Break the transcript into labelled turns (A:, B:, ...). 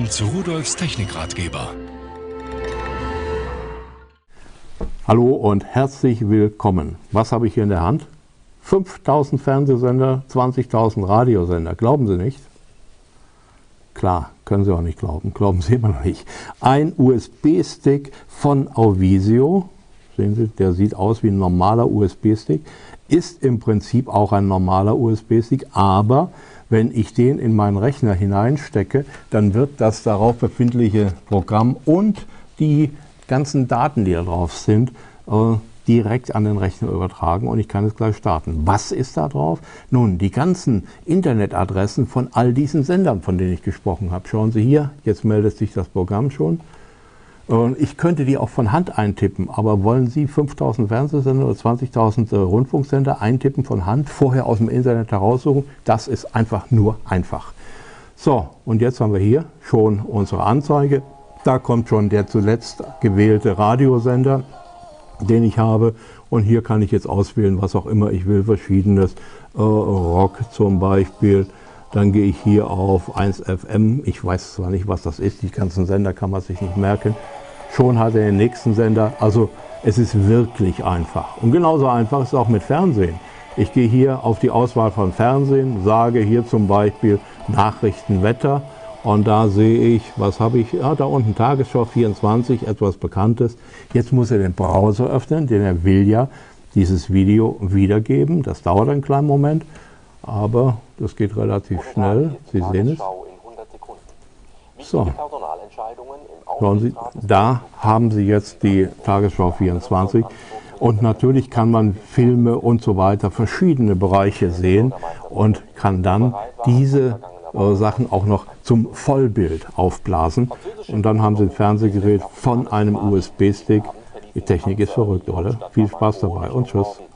A: Willkommen zu Rudolfs Technikratgeber.
B: Hallo und herzlich willkommen. Was habe ich hier in der Hand? 5000 Fernsehsender, 20.000 Radiosender. Glauben Sie nicht? Klar, können Sie auch nicht glauben. Glauben Sie immer noch nicht. Ein USB-Stick von Auvisio. Sehen Sie, der sieht aus wie ein normaler USB-Stick. Ist im Prinzip auch ein normaler USB-Stick, aber wenn ich den in meinen Rechner hineinstecke, dann wird das darauf befindliche Programm und die ganzen Daten, die da drauf sind, direkt an den Rechner übertragen und ich kann es gleich starten. Was ist da drauf? Nun, die ganzen Internetadressen von all diesen Sendern, von denen ich gesprochen habe. Schauen Sie hier, jetzt meldet sich das Programm schon. Und ich könnte die auch von Hand eintippen, aber wollen Sie 5000 Fernsehsender oder 20.000 Rundfunksender eintippen von Hand, vorher aus dem Internet heraussuchen? Das ist einfach nur einfach. So, und jetzt haben wir hier schon unsere Anzeige. Da kommt schon der zuletzt gewählte Radiosender, den ich habe. Und hier kann ich jetzt auswählen, was auch immer ich will, verschiedenes. Rock zum Beispiel. Dann gehe ich hier auf 1FM. Ich weiß zwar nicht, was das ist. Die ganzen Sender kann man sich nicht merken. Schon hat er den nächsten Sender. Also es ist wirklich einfach. Und genauso einfach ist es auch mit Fernsehen. Ich gehe hier auf die Auswahl von Fernsehen, sage hier zum Beispiel Nachrichten, Wetter. Und da sehe ich, was habe ich? Ja, da unten Tagesschau 24, etwas Bekanntes. Jetzt muss er den Browser öffnen, denn er will ja dieses Video wiedergeben. Das dauert einen kleinen Moment, aber das geht relativ schnell. Sie sehen es. So, schauen Sie, da haben Sie jetzt die Tagesschau 24. Und natürlich kann man Filme und so weiter, verschiedene Bereiche sehen und kann dann diese Sachen auch noch zum Vollbild aufblasen. Und dann haben Sie ein Fernsehgerät von einem USB-Stick. Die Technik ist verrückt, oder? Viel Spaß dabei und tschüss.